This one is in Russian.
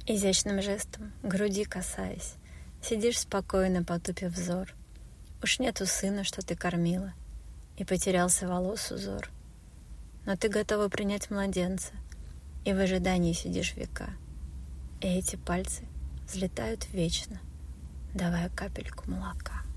Изящным жестом, груди касаясь, сидишь спокойно, потупив взор. Уж нету сына, что ты кормила, и потерялся волос узор. Но ты готова принять младенца, и в ожидании сидишь века. И эти пальцы взлетают вечно, давая капельку молока.